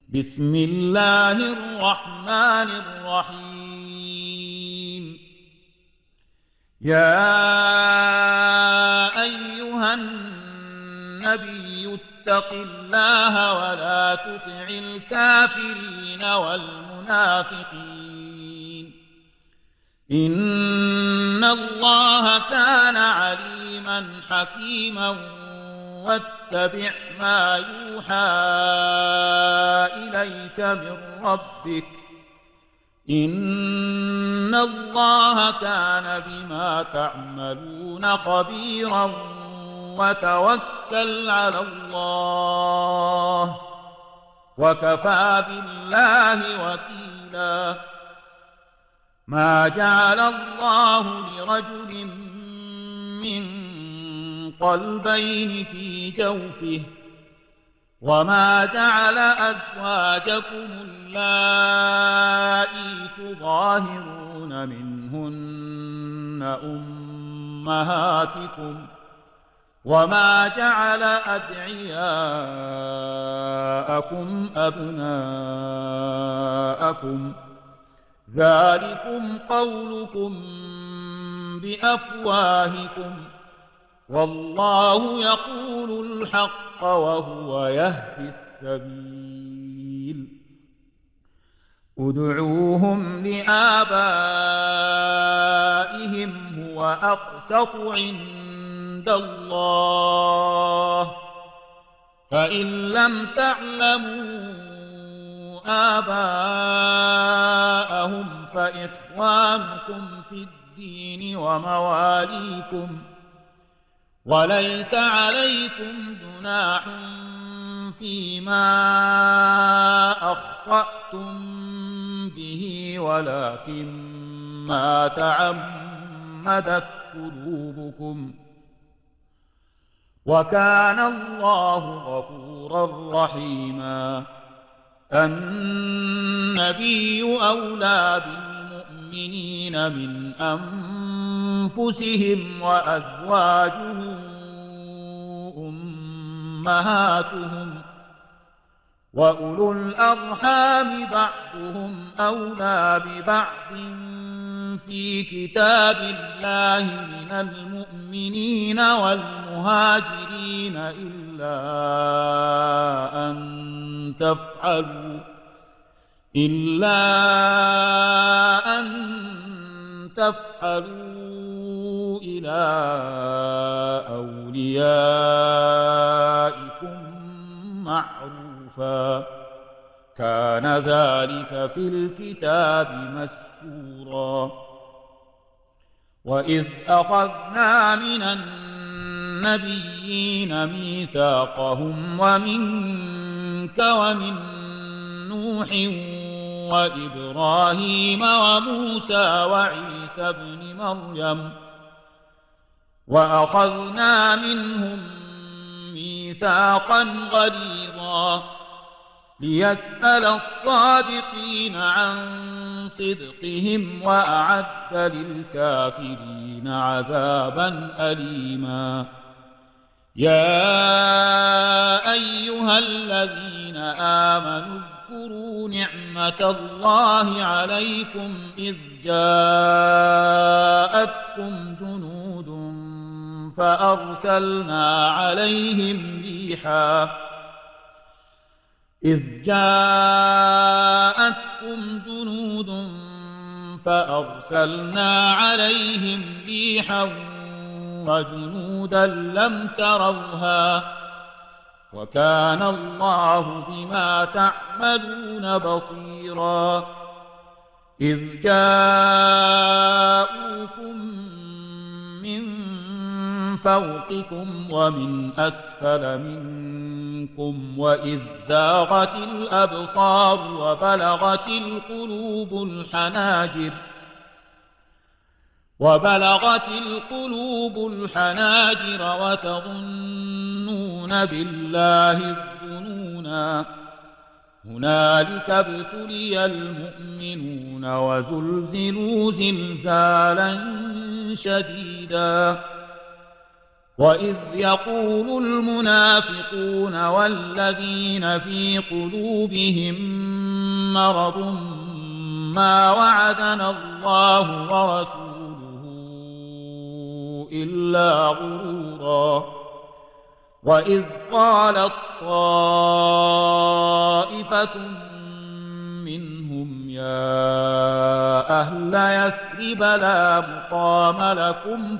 بسم الله الرحمن الرحيم. يا أيها النبي اتق الله ولا تطع الكافرين والمنافقين، إن الله كان عليما حكيما. واتبع ما يوحى إليك من ربك، إن الله كان بما تعملون خبيرا. وتوكل على الله وكفى بالله وكيلا. ما جعل الله لرجل من قلبين في جوفه، وما جعل أزواجكم اللائي تظاهرون منهن أمهاتكم، وما جعل أدعياءكم أبناءكم، ذلكم قولكم بأفواهكم، والله يقول الحق وهو يهدي السبيل. ادعوهم لآبائهم هو أقسط عند الله، فإن لم تعلموا آباءهم فإخوانكم في الدين ومواليكم، وليس عليكم جناح فيما أخطأتم به، ولكن ما تعمدت قلوبكم، وكان الله غفورا رحيما. النبي أولى بالمؤمنين من أنفسهم، وأزواجه أمهاتهم، وأولو الأرحام بعضهم أولى ببعض في كتاب الله من المؤمنين والمهاجرين، إلا أن تفعلوا إلى أوليائكم معروفا، كان ذلك في الكتاب مسطورا. وإذ أخذنا من النبيين ميثاقهم ومنك ومن نوح وإبراهيم وموسى وعيسى ابن مريم، وأخذنا منهم ميثاقا غليظا، ليسأل الصادقين عن صدقهم، وأعد للكافرين عذابا أليما. يا أيها الذين آمنوا اذكروا نعمة الله عليكم إذ جاءتكم جنود فأرسلنا عليهم ريحا وجنودا لم تروها، وكان الله بما تعملون بصيرا. إذ جاءوكم من فوقكم ومن أسفل منكم، وإذ زاغت الأبصار وبلغت القلوب الحناجر وتظنون بالله الظنونا. هنالك ابتلي المؤمنون وزلزلوا زلزالا شديدا. وإذ يقول المنافقون والذين في قلوبهم مرض ما وعدنا الله ورسوله إلا غرورا وإذ قالت طائفة منهم يا أهل يثرب لا مقام لكم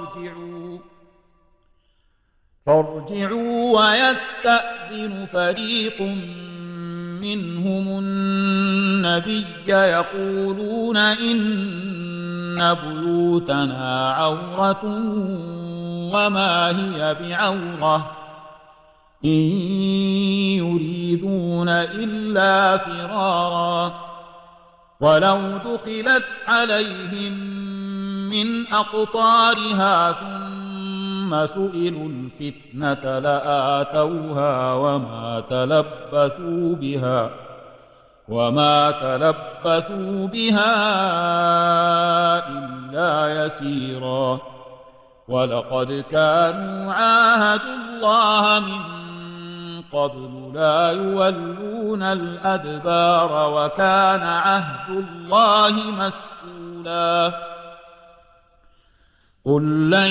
فارجعوا ويستأذن فريق منهم النبي يقولون إن بيوتنا عورة وما هي بعورة إن يريدون إلا فرارا ولو دخلت عليهم من أقطارها ثم سئلوا الفتنة لآتوها وما تلبثوا بها إلا يسيرا ولقد كانوا عاهدوا الله من قبل لا يولون الأدبار وكان عهد الله مسؤولا قل لن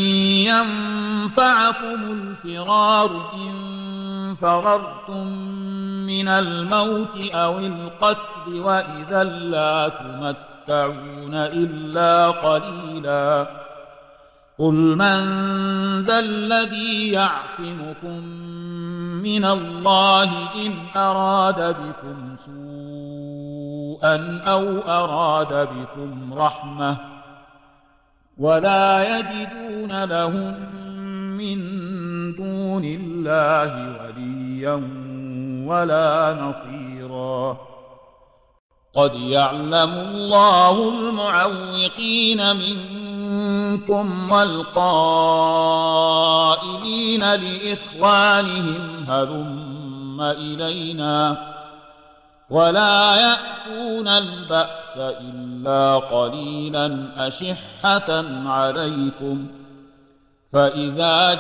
ينفعكم الفرار إن فررتم من الموت أو القتل وإذا لا تمتعون إلا قليلا قل من ذا الذي يعصمكم من الله إن أراد بكم سوءا أو أراد بكم رحمة ولا يجدون لهم من دون الله وليا ولا نصيرا قد يعلم الله المعوقين منكم والقائلين لإخوانهم هلم إلينا ولا يأتون البأس إلا قليلا أشحة عليكم فإذا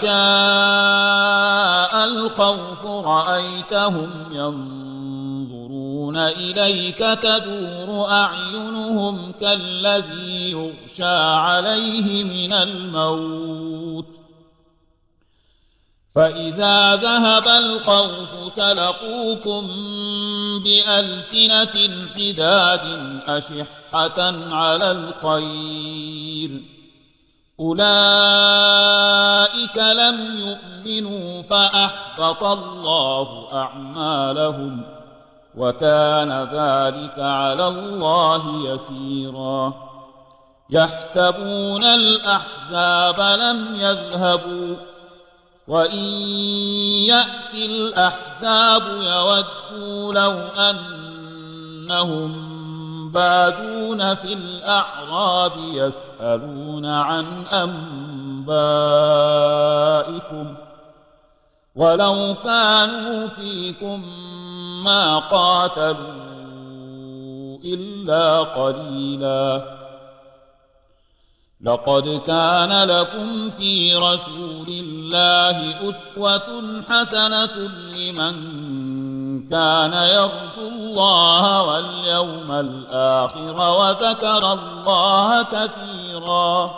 جاء الخوف رأيتهم ينظرون إليك تدور أعينهم كالذي يغشى عليه من الموت فإذا ذهب الخوف سلقوكم بألسنة حداد أشحة على الخير أولئك لم يؤمنوا فأحبط الله أعمالهم وكان ذلك على الله يسيرا يحسبون الأحزاب لم يذهبوا وإن يأتي الأحزاب يودوا لو أنهم بادون في الأعراب يسألون عن أنبائكم ولو كانوا فيكم ما قاتلوا إلا قليلا لقد كان لكم في رسول الله أسوة حسنة لمن كان يرجو الله واليوم الآخر وذكر الله كثيرا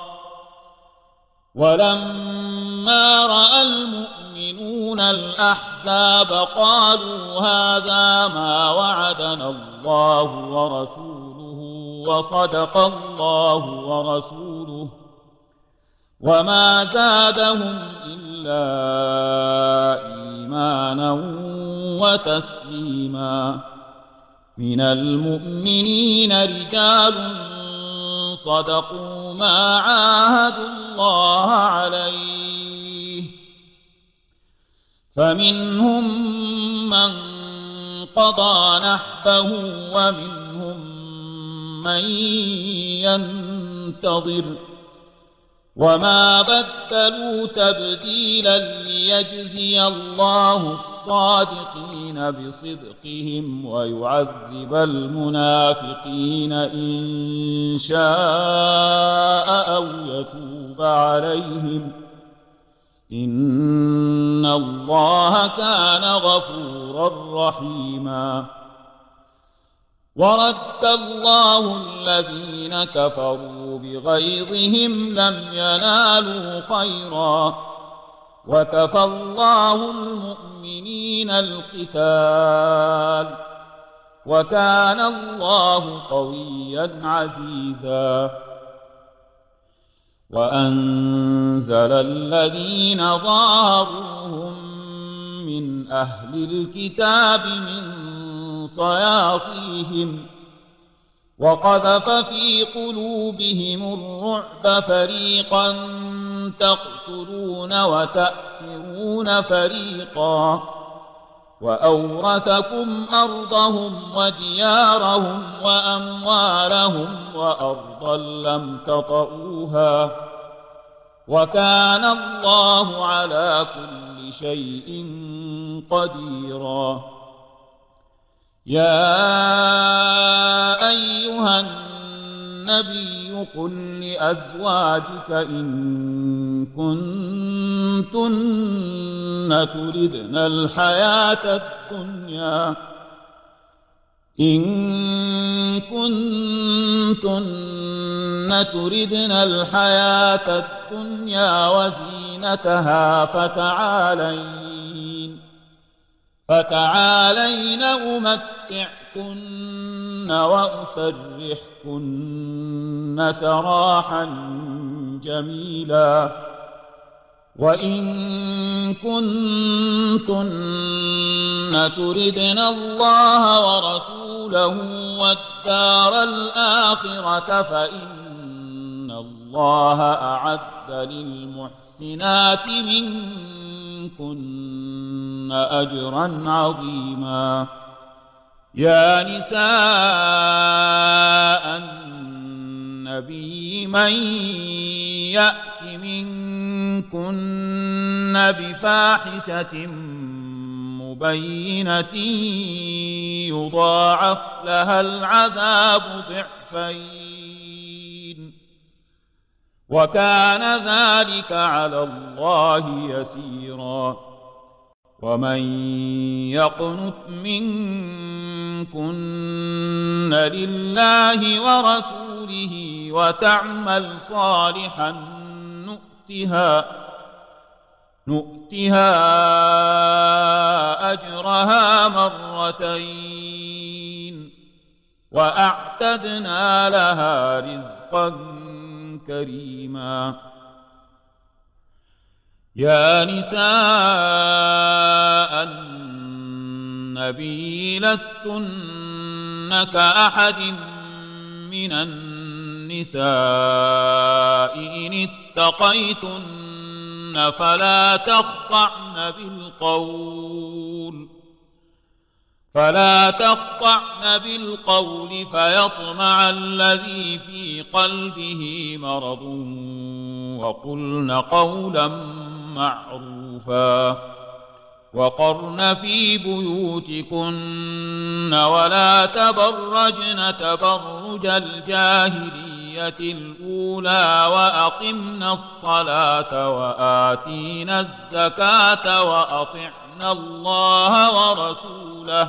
ولما رأى المؤمنون الأحزاب قالوا هذا ما وعدنا الله ورسوله وصدق الله ورسوله وما زادهم إلا إيمانا وتسليما من المؤمنين رجال صدقوا ما عاهدوا الله عليه فمنهم من قضى نحبه ومنهم من ينتظر وما بدلوا تبديلا ليجزي الله الصادقين بصدقهم ويعذب المنافقين إن شاء أو يتوب عليهم إن الله كان غفورا رحيما. ورد الله الذين كفروا بغيظهم لم ينالوا خيرا وكفى الله المؤمنين القتال وكان الله قويا عزيزا. وأنزل الذين ظاهروهم من أهل الكتاب من صياصيهم وقذف في قلوبهم الرعب فريقا تقتلون وتأسرون فريقا وأورثكم أرضهم وديارهم وأموالهم وأرضا لم تطئوها وكان الله على كل شيء قديرا. يا أيها النبي قل لأزواجك إن كنتن تردن الحياة الدنيا وزينتها فتعالين أمتعكن وأسرحكن سراحا جميلا. وإن كنتن تردن الله ورسوله والدار الآخرة فإن الله أعد للمحسنات منكن أجرا عظيما. يا نساء النبي من يأت منكن بفاحشة مبينة يضاعف لها العذاب ضعفين وكان ذلك على الله يسيرا. ومن يقنت منكن لله ورسوله وتعمل صالحا نؤتها أجرها مرتين وأعتدنا لها رزقا كريما. يا نساء النبي لستن كأحد من النساء إن اتقيتن فلا تخضعن بالقول فيطمع الذي في قلبه مرض وقلن قولا معروفا. وقرن في بيوتكن ولا تبرجن تبرج الجاهلية الأولى وأقمنا الصلاة وآتينا الزكاة وأطعنا الله ورسوله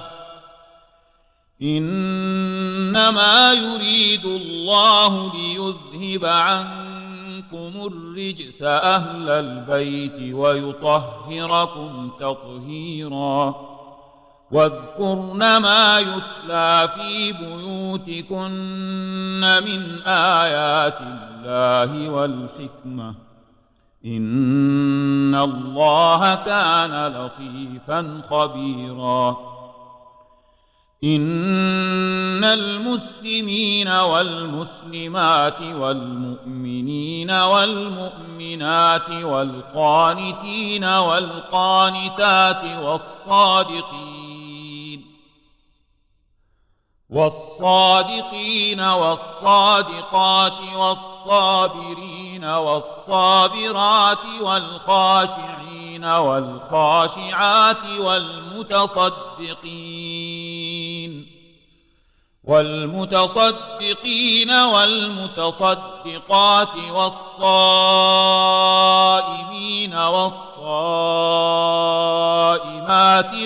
إنما يريد الله ليذهب عنكم الرجس أهل البيت ويطهركم تطهيرا. واذكرن ما يتلى في بيوتكن من آيات الله والحكمة إن الله كان لطيفا خبيرا. إن المسلمين والمسلمات والمؤمنين والمؤمنات والقانتين والقانتات والصادقين والصادقات والصابرين والصابرات والخاشعين والخاشعات والمتصدقين والمتصدقات والصائمين والصائمات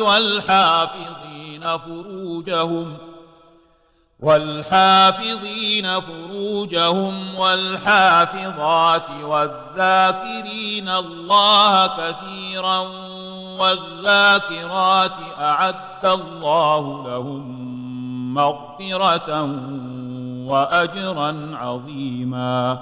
والحافظين فروجهم والحافظات والذاكرين الله كثيرا والذاكرات أعد الله لهم مغفرة وأجرا عظيما.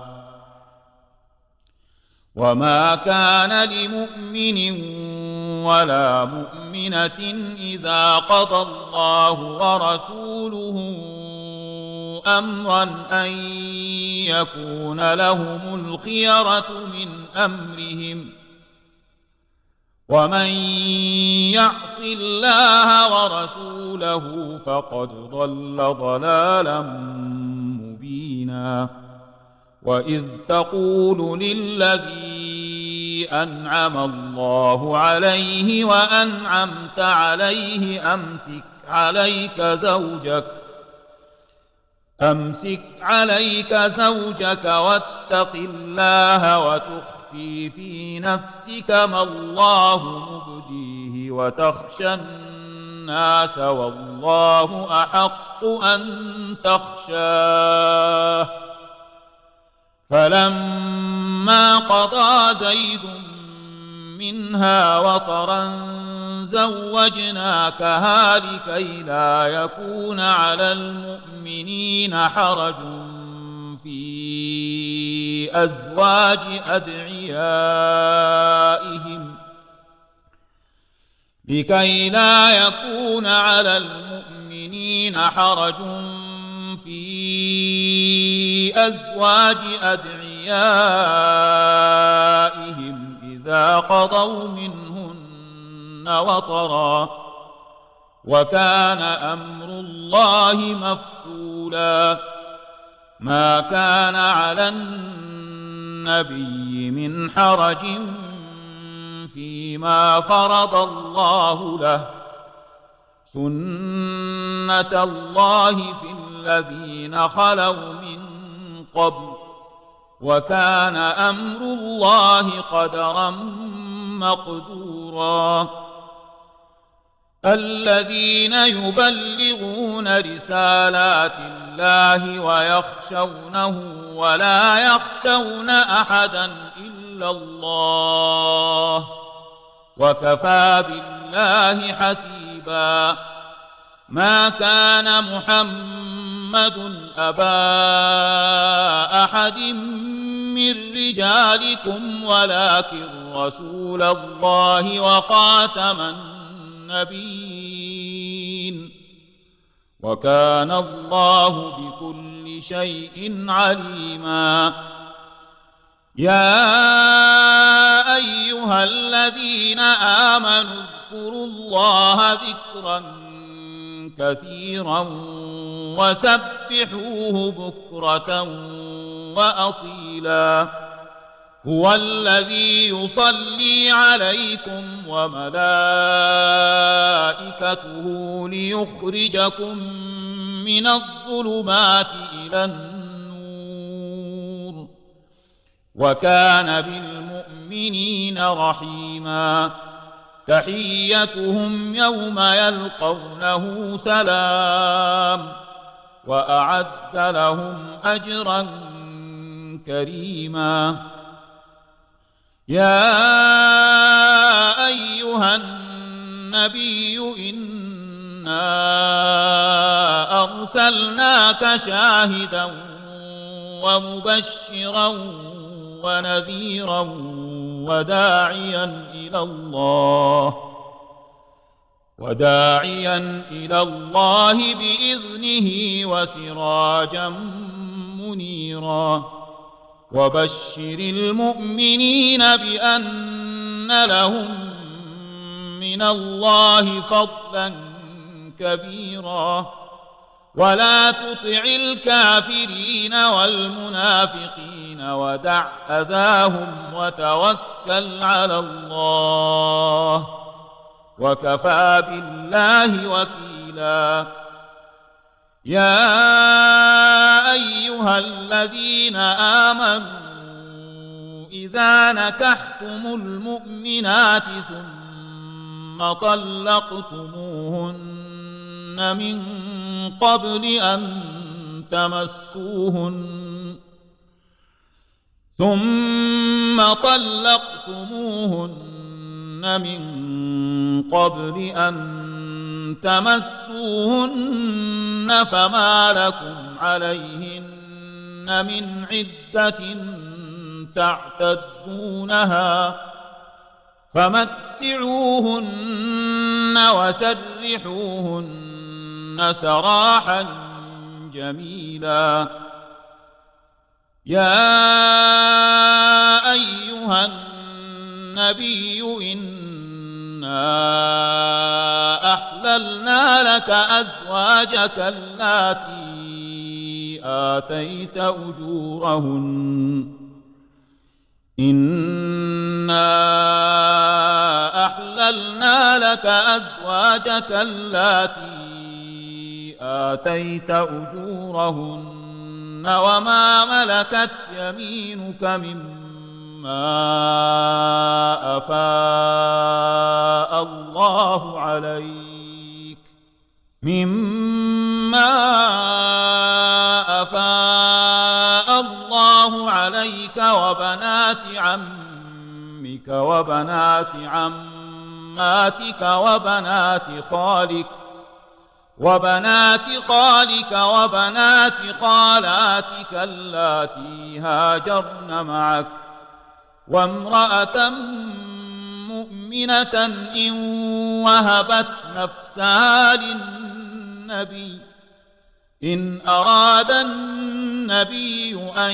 وما كان لمؤمن ولا مؤمنة إذا قضى الله ورسوله أمرا أن يكون لهم الخيرة من أمرهم ومن يعص الله ورسوله فقد ضل ضلالا مبينا. وإذ تقول للذي أنعم الله عليه وأنعمت عليه أمسك عليك زوجك واتق الله وتخفي في نفسك ما الله مبديه وتخشى الناس والله أحق أن تخشاه. فلما قضى زيد منها وطرا زوجناكها لكي لا يكون على المؤمنين حرج في أزواج أدعيائهم إذا قضوا منهن وطرا وكان أمر الله مفعولا. ما كان على النبي من حرج فيما فرض الله له سنة الله في الذين خلوا من قبل وكان أمر الله قدرا مقدورا. الذين يبلغون رسالات الله ويخشونه ولا يخشون أحدا إلا الله وكفى بالله حسيبا. ما كان محمد أبا أحد من رجالكم ولكن رسول الله وخاتم النبيين وكان الله بكل شيء عليما. يا أيها الذين آمنوا اذكروا الله ذكرا كثيرا وسبحوه بكرة وأصيلا. هو الذي يصلي عليكم وملائكته ليخرجكم من الظلمات إلى النور وكان بالمؤمنين رحيما. تحيتهم يوم يلقونه سلام وأعد لهم أجرا كريما. يا أيها النبي إنا أرسلناك شاهدا ومبشرا ونذيرا وداعيا إلى الله بإذنه وسراجا منيرا. وبشر المؤمنين بأن لهم من الله فضلا كبيرا. ولا تطع الكافرين والمنافقين ودع أذاهم وتوكل على الله وكفى بالله وكيلا. يا أيها الذين آمنوا إذا نكحتم المؤمنات ثم طلقتموهن من قبل أن تمسوهن فما لكم عليهن من عدة تعتدونها فمتعوهن وسرحوهن سراحا جميلا. يا أيها النبي إنا أحللنا لك أزواجك اللاتي آتيت أجورهن وما ملكت يمينك مما أفاء الله عليك وبنات عمك وبنات عماتك وبنات خالك وبنات خالاتك اللاتي هاجرن معك وامرأة مؤمنة إن وهبت نفسها للنبي إن أراد النبي أن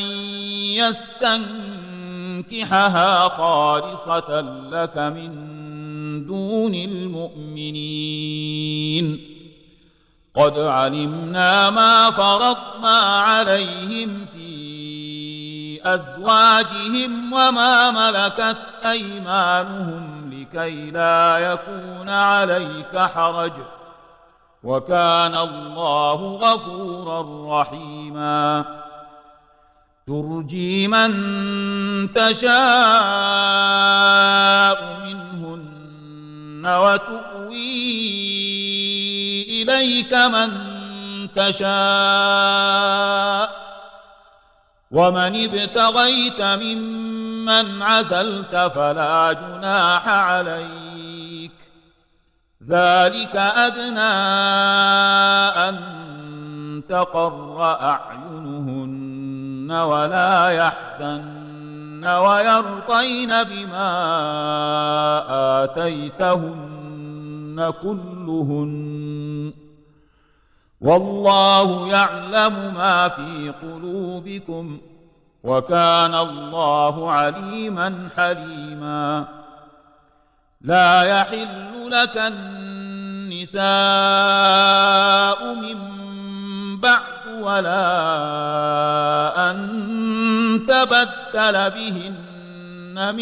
يستنكحها خالصة لك من دون المؤمنين. قد علمنا ما فرضنا عليهم في أزواجهم وما ملكت أيمانهم لكي لا يكون عليك حرج وكان الله غفورا رحيما. ترجي من تشاء منهن وتؤوي إليك من تشاء ومن ابتغيت ممن عزلت فلا جناح عليك ذلك أدنى أن تقر أعينهن ولا يحزن ويرضين بما آتيتهن كلهن والله يعلم ما في قلوبكم وكان الله عليما حليما. لا يحل لك النساء من بعد ولا أن تبدل بهن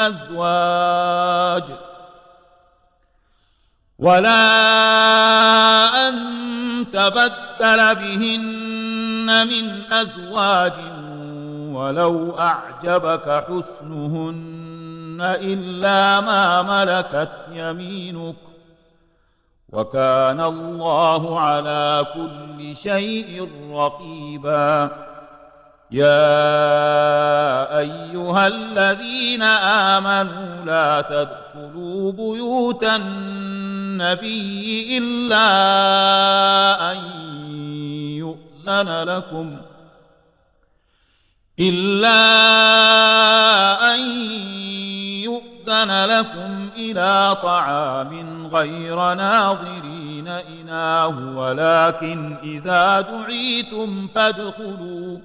من أزواج ولو أعجبك حسنهن إلا ما ملكت يمينك وكان الله على كل شيء رقيبا. يا أيها الذين آمنوا لا تدخلوا بيوت النبي إلا أن يؤذن لكم إلى طعام غير ناظرين إناه ولكن إذا دعيتم فادخلوا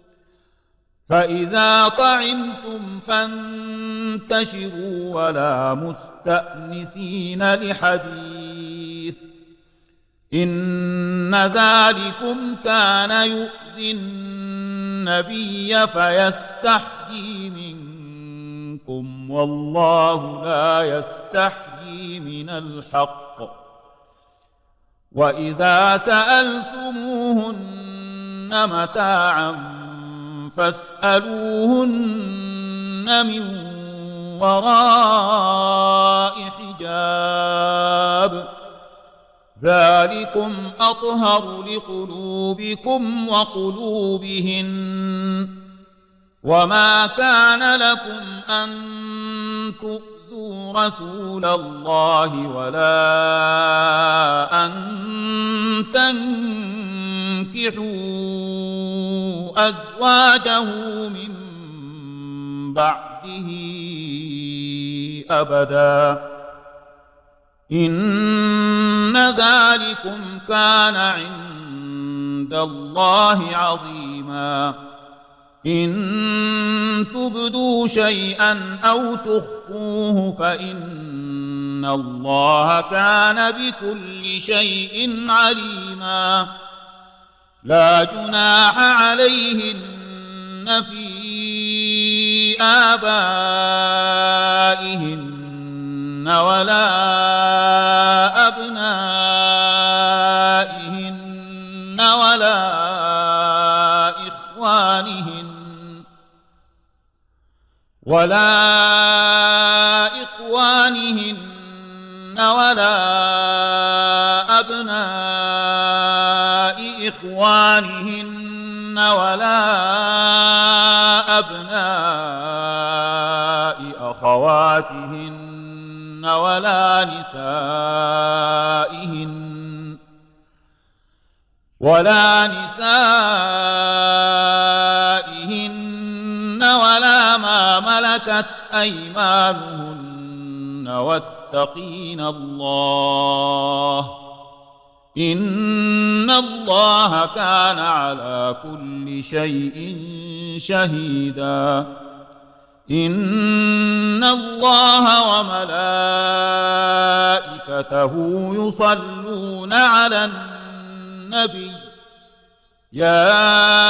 فإذا طعمتم فانتشروا ولا مستأنسين لحديث إن ذلكم كان يؤذي النبي فيستحيي منكم والله لا يستحيي من الحق. وإذا سألتموهن متاعا فاسألوهن من وراء حجاب حجاب ذلكم أطهر لقلوبكم وقلوبهن وما كان لكم أن تؤذوا رسول الله ولا أن تنكحوا أزواجه من بعده أبدا إن ذلكم كان عند الله عظيما إن تبدوا شيئا أو تخفوه فإن الله كان بكل شيء عليما لا جناح عليهن في آبائهن ولا أبنائهن ولا إخوانهن ولا أبناء إخوانهن ولا أبناء أخواتهن ولا نسائهن ولا ما ملكت أيمانهن واتقين الله إن الله كان على كل شيء شهيدا إن الله وملائكته يصلون على النبي يا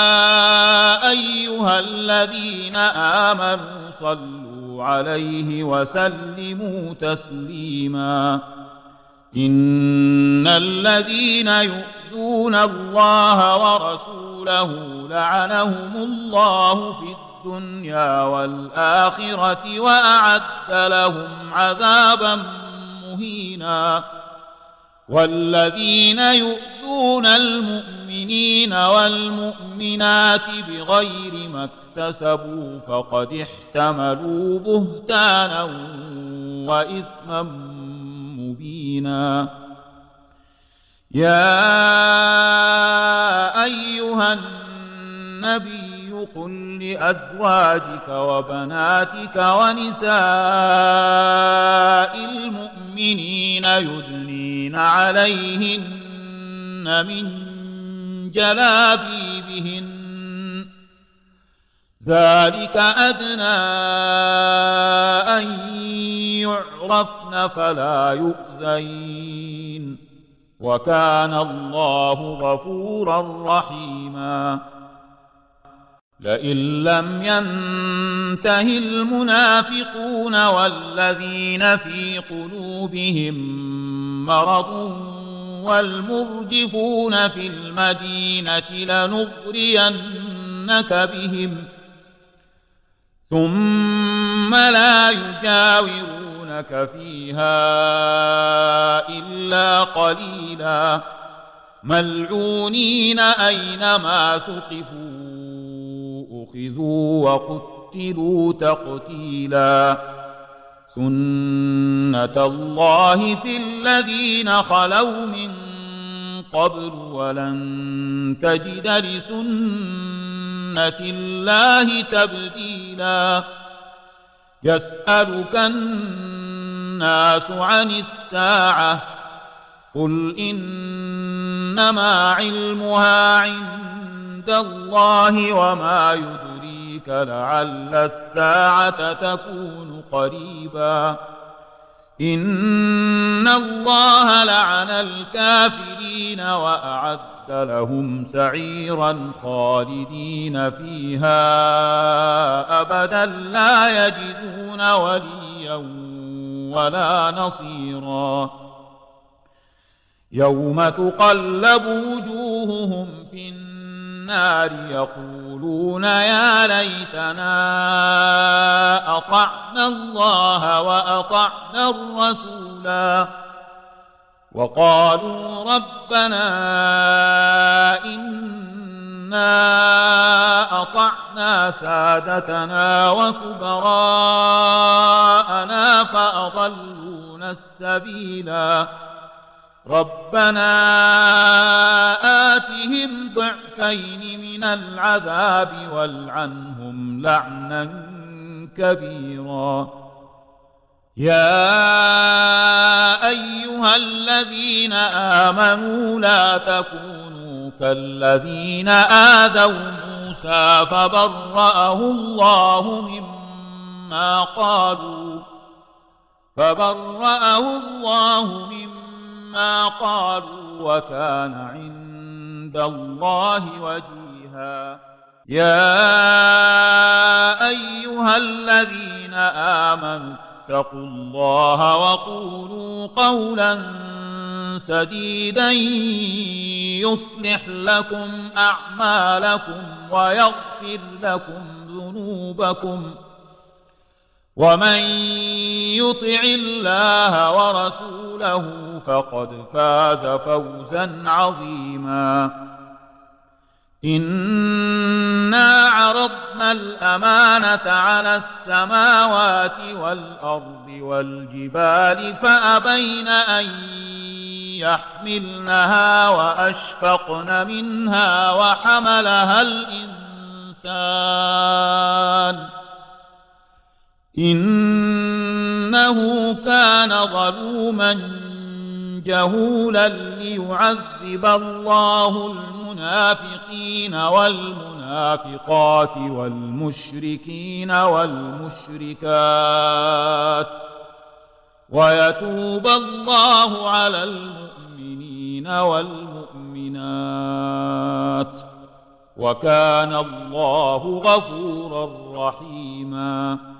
أيها الذين آمنوا صلوا عليه وسلموا تسليما إن الذين يؤذون الله ورسوله لعنهم الله في الدنيا والآخرة وأعد لهم عذابا مهينا والذين يؤذون المؤمنين والمؤمنات بغير ما اكتسبوا فقد احتملوا بهتانا وإثما مبينا يا أيها النبي قل لأزواجك وبناتك ونساء المؤمنين يدنين عليهن من جلابيبهن ذلك أدنى أن يعرفن فلا يؤذين وكان الله غفورا رحيما لئن لم ينته المنافقون والذين في قلوبهم مرض والمرجفون في المدينة لنغرينك بهم ثم لا يجاورونك فيها إلا قليلا ملعونين أينما ثقفوا أخذوا وقتلوا تقتيلا سنة الله في الذين خلوا من قبل ولن تجد لسنة الله تبديلا يسألك الناس عن الساعة قل إنما علمها عند الله وما يدريك لعل الساعة تكون قريبا إن الله لعن الكافرين وأعد لهم سعيرا خالدين فيها أبدا لا يجدون وليا ولا نصيرا يوم تقلب وجوههم في النار يقولون يا ليتنا أطعنا الله وأطعنا الرسولا وقالوا ربنا إنا أطعنا سادتنا وكبراءنا فأضلونا السبيلا ربنا آتهم ضعفين من العذاب والعنهم لعنا كبيرا يا أيها الذين آمنوا لا تكونوا كالذين آذوا موسى فبرأه الله مما قالوا وكان عند الله وجيها يا أيها الذين آمنوا اتقوا الله وقولوا قولا سديدا يصلح لكم أعمالكم ويغفر لكم ذنوبكم ومن يطع الله ورسوله فقد فاز فوزا عظيما إنا عرضنا الأمانة على السماوات والأرض والجبال فأبين أن يحملنها وأشفقن منها وحملها الإنسان إنه كان ظلوما جهولا ليعذب الله المنافقين والمنافقات والمشركين والمشركات ويتوب الله على المؤمنين والمؤمنات وكان الله غفورا رحيما